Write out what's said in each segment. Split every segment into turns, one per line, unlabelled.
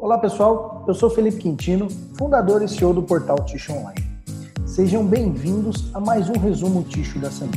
Olá pessoal, eu sou Felipe Quintino, fundador e CEO do portal Ticho Online. Sejam bem-vindos a mais um resumo Ticho da semana.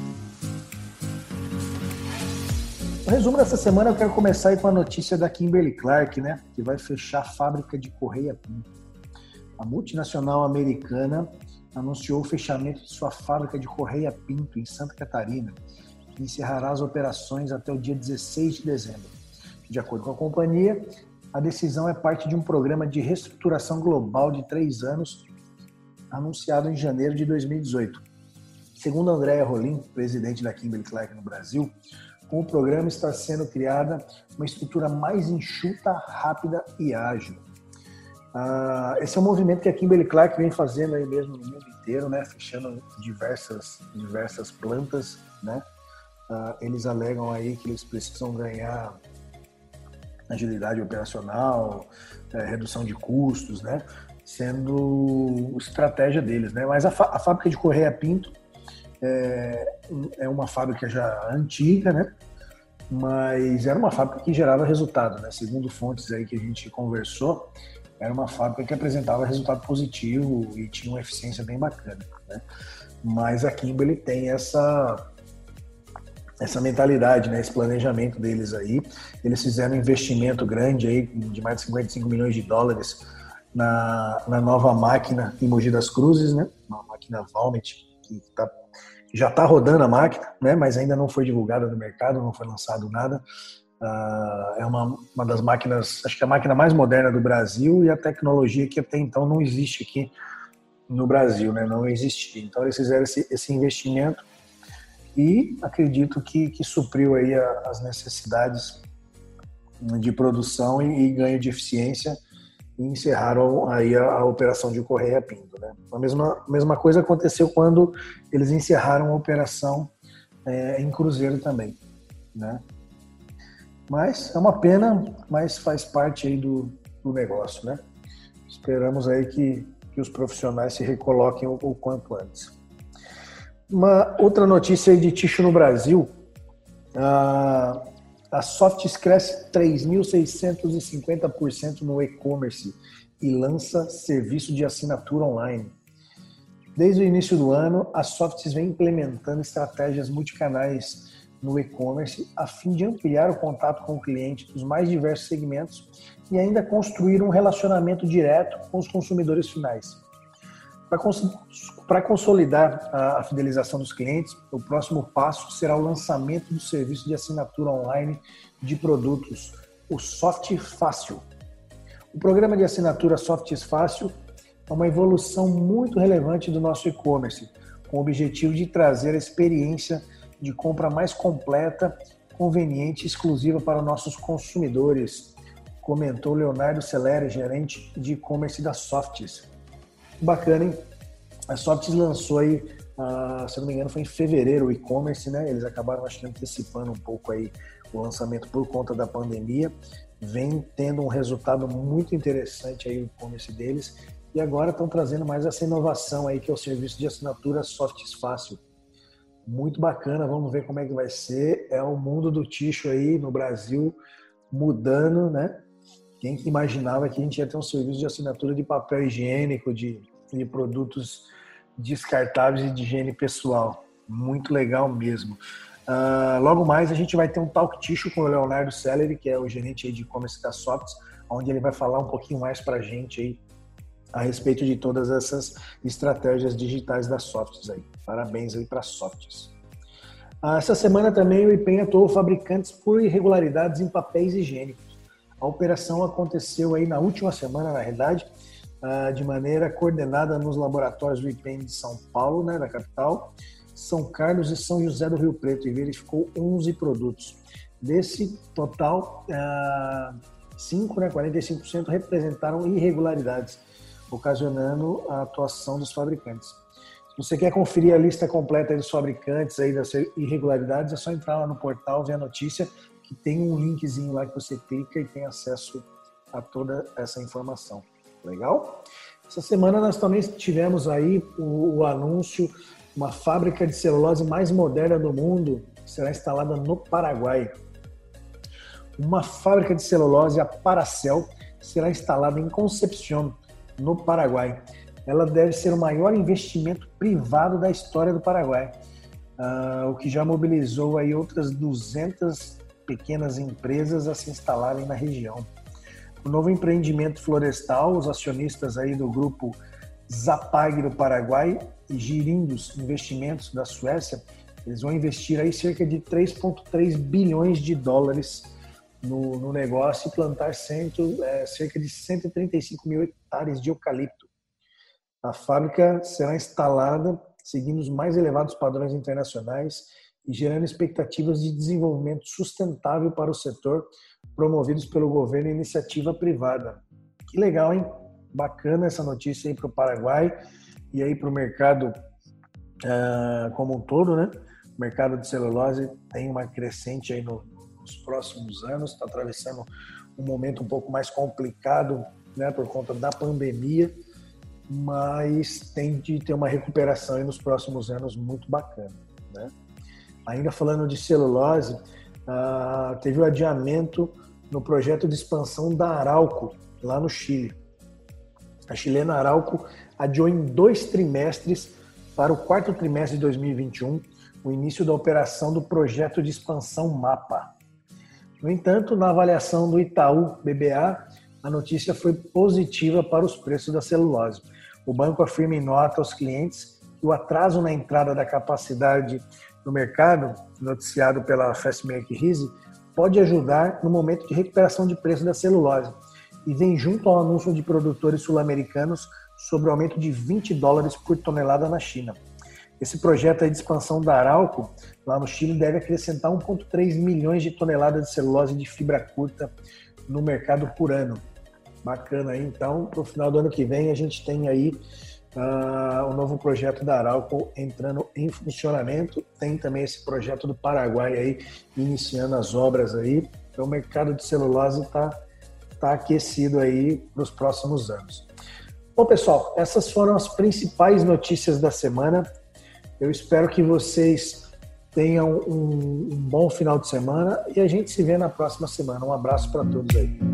No resumo dessa semana eu quero começar aí com a notícia da Kimberly-Clark, que vai fechar a fábrica de correia Pinto. A multinacional americana anunciou o fechamento de sua fábrica de correia Pinto em Santa Catarina, que encerrará as operações até o dia 16 de dezembro. De acordo com a companhia, a decisão é parte de um programa de reestruturação global de 3 anos, anunciado em janeiro de 2018. Segundo Andréa Rolim, presidente da Kimberly-Clark no Brasil, com o programa está sendo criada uma estrutura mais enxuta, rápida e ágil. Esse é um movimento que a Kimberly-Clark vem fazendo aí mesmo no mundo inteiro, fechando diversas plantas. Eles alegam aí que eles precisam ganhar agilidade operacional, redução de custos, sendo estratégia deles. Mas a fábrica de correia Pinto é uma fábrica já antiga, mas era uma fábrica que gerava resultado. Segundo fontes aí que a gente conversou, era uma fábrica que apresentava resultado positivo e tinha uma eficiência bem bacana. Mas a Kimberly tem essa mentalidade, esse planejamento deles aí. Eles fizeram um investimento grande aí de mais de 55 milhões de dólares na nova máquina em Mogi das Cruzes, uma máquina Valmet, que já está rodando a máquina, mas ainda não foi divulgada no mercado, não foi lançado nada. É uma das máquinas, acho que a máquina mais moderna do Brasil, e a tecnologia que até então não existe aqui no Brasil, não existia. Então eles fizeram esse investimento e acredito que supriu aí as necessidades de produção e ganho de eficiência, e encerraram aí a operação de correia Pinto. A mesma coisa aconteceu quando eles encerraram a operação em Cruzeiro também. Mas é uma pena, mas faz parte aí do negócio. Esperamos aí que os profissionais se recoloquem o quanto antes. Uma outra notícia aí de Ticho no Brasil, a Softs cresce 3.650% no e-commerce e lança serviço de assinatura online. Desde o início do ano, a Softs vem implementando estratégias multicanais no e-commerce a fim de ampliar o contato com o cliente dos mais diversos segmentos e ainda construir um relacionamento direto com os consumidores finais. Para consolidar a fidelização dos clientes, o próximo passo será o lançamento do serviço de assinatura online de produtos, o Soft Fácil. O programa de assinatura Soft Fácil é uma evolução muito relevante do nosso e-commerce, com o objetivo de trazer a experiência de compra mais completa, conveniente e exclusiva para nossos consumidores, comentou Leonardo Celere, gerente de e-commerce da Softs. Bacana, hein? A Softs lançou aí, se não me engano, foi em fevereiro o e-commerce, Eles acabaram, acho que, antecipando um pouco aí o lançamento por conta da pandemia. Vem tendo um resultado muito interessante aí o e-commerce deles. E agora estão trazendo mais essa inovação aí, que é o serviço de assinatura Softs Fácil. Muito bacana, vamos ver como é que vai ser. É o mundo do Ticho aí no Brasil mudando, Quem que imaginava que a gente ia ter um serviço de assinatura de papel higiênico, de produtos descartáveis e de higiene pessoal. Muito legal mesmo. Logo mais a gente vai ter um Talk Ticho com o Leonardo Celere, que é o gerente aí de e-commerce da Softs, onde ele vai falar um pouquinho mais para a gente aí a respeito de todas essas estratégias digitais da Softs aí. Parabéns aí para a Softs. Essa semana também o IPEM atuou fabricantes por irregularidades em papéis higiênicos. A operação aconteceu aí na última semana, na realidade, de maneira coordenada nos laboratórios do IPEM de São Paulo, da capital, São Carlos e São José do Rio Preto, e verificou 11 produtos. Desse total, 45% representaram irregularidades, ocasionando a atuação dos fabricantes. Se você quer conferir a lista completa dos fabricantes aí das irregularidades, é só entrar lá no portal, ver a notícia, que tem um linkzinho lá que você clica e tem acesso a toda essa informação. Legal? Essa semana nós também tivemos aí o anúncio, uma fábrica de celulose mais moderna do mundo, que será instalada no Paraguai. Uma fábrica de celulose, a Paracel, será instalada em Concepción, no Paraguai. Ela deve ser o maior investimento privado da história do Paraguai, o que já mobilizou aí outras 200 pequenas empresas a se instalarem na região. O novo empreendimento florestal, os acionistas aí do grupo Zapag do Paraguai e Girindos Investimentos da Suécia, eles vão investir aí cerca de 3,3 bilhões de dólares no negócio e plantar cerca de 135 mil hectares de eucalipto. A fábrica será instalada seguindo os mais elevados padrões internacionais e gerando expectativas de desenvolvimento sustentável para o setor, promovidos pelo governo e iniciativa privada. Que legal, hein? Bacana essa notícia aí para o Paraguai e aí para o mercado como um todo, né? O mercado de celulose tem uma crescente aí nos próximos anos, está atravessando um momento um pouco mais complicado, né, por conta da pandemia, mas tem de ter uma recuperação aí nos próximos anos muito bacana, né? Ainda falando de celulose, teve o adiamento no projeto de expansão da Arauco, lá no Chile. A chilena Arauco adiou em 2 trimestres para o 4º trimestre de 2021 o início da operação do projeto de expansão MAPA. No entanto, na avaliação do Itaú BBA, a notícia foi positiva para os preços da celulose. O banco afirma em nota aos clientes que o atraso na entrada da capacidade no mercado, noticiado pela Fastmarkets Rise, pode ajudar no momento de recuperação de preço da celulose e vem junto ao anúncio de produtores sul-americanos sobre o aumento de 20 dólares por tonelada na China. Esse projeto aí de expansão da Arauco, lá no Chile, deve acrescentar 1,3 milhões de toneladas de celulose de fibra curta no mercado por ano. Bacana aí, então, para o final do ano que vem a gente tem aí o novo projeto da Arauco entrando em funcionamento. Tem também esse projeto do Paraguai aí iniciando as obras aí. Então o mercado de celulose tá aquecido aí para os próximos anos. Bom, pessoal, essas foram as principais notícias da semana. Eu espero que vocês tenham um bom final de semana e a gente se vê na próxima semana. Um abraço para todos aí.